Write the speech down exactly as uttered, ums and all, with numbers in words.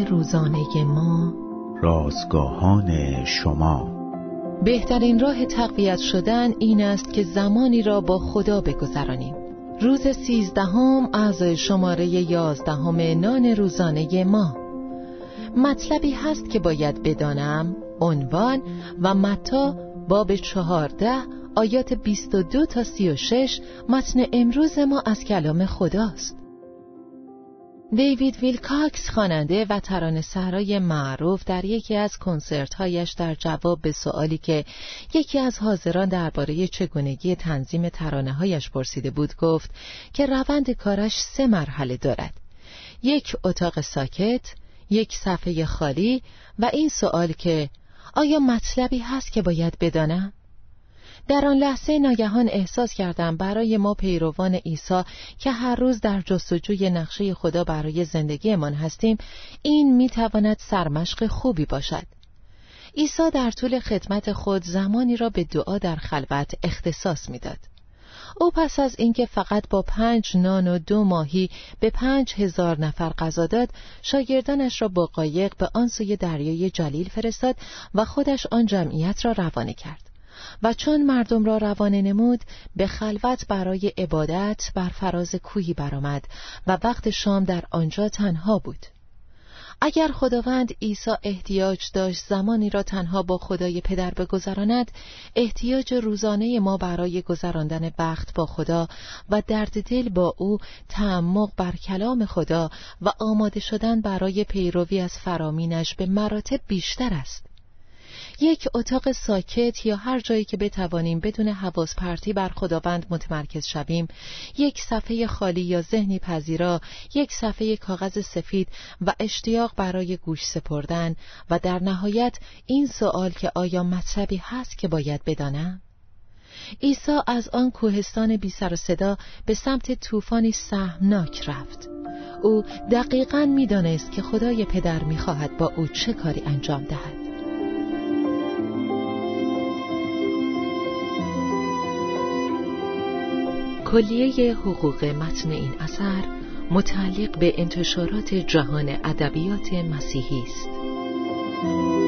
روزانه ما، رازگاهان شما. بهترین راه تقویت شدن این است که زمانی را با خدا بگذرانیم. روز سیزدهم اعضای شماره یازدهم نان روزانه ما. مطلبی هست که باید بدانم، عنوان و متی باب چهارده آیات بیست و دو تا سی و شش متن امروز ما از کلام خداست. دیوید ویلکاکس خواننده و ترانه‌سرای معروف در یکی از کنسرت‌هایش در جواب به سؤالی که یکی از حاضران درباره چگونگی تنظیم ترانه‌هایش پرسیده بود گفت که روند کارش سه مرحله دارد: یک اتاق ساکت، یک صفحه خالی و این سؤال که آیا مطلبی هست که باید بدانم؟ در آن لحظه ناگهان احساس کردم برای ما پیروان عیسی که هر روز در جستجوی نقشه خدا برای زندگیمان هستیم، این میتواند سرمشق خوبی باشد. عیسی در طول خدمت خود زمانی را به دعا در خلوت اختصاص میداد. او پس از اینکه فقط با پنج نان و دو ماهی به پنج هزار نفر غذا داد، شاگردانش را با قایق به آن سوی دریای جلیل فرستاد و خودش آن جمعیت را روانه کرد. و چون مردم را روانه نمود، به خلوت برای عبادت بر فراز کوهی برآمد و وقت شام در آنجا تنها بود. اگر خداوند عیسی احتیاج داشت زمانی را تنها با خدای پدر بگذراند، احتیاج روزانه ما برای گذراندن وقت با خدا و درد دل با او، تعمق بر کلام خدا و آماده شدن برای پیروی از فرامینش به مراتب بیشتر است. یک اتاق ساکت یا هر جایی که بتوانیم بدون حواس پرتی بر خداوند متمرکز شویم، یک صفحه خالی یا ذهنی پذیرا، یک صفحه کاغذ سفید و اشتیاق برای گوش سپردن و در نهایت این سوال که آیا مطلبی هست که باید بدانم؟ عیسی از آن کوهستان بی سر و صدا به سمت طوفانی سهمناک رفت. او دقیقاً می‌دانست که خدای پدر می‌خواهد با او چه کاری انجام دهد. کلیه حقوق متن این اثر متعلق به انتشارات جهان ادبیات مسیحی است.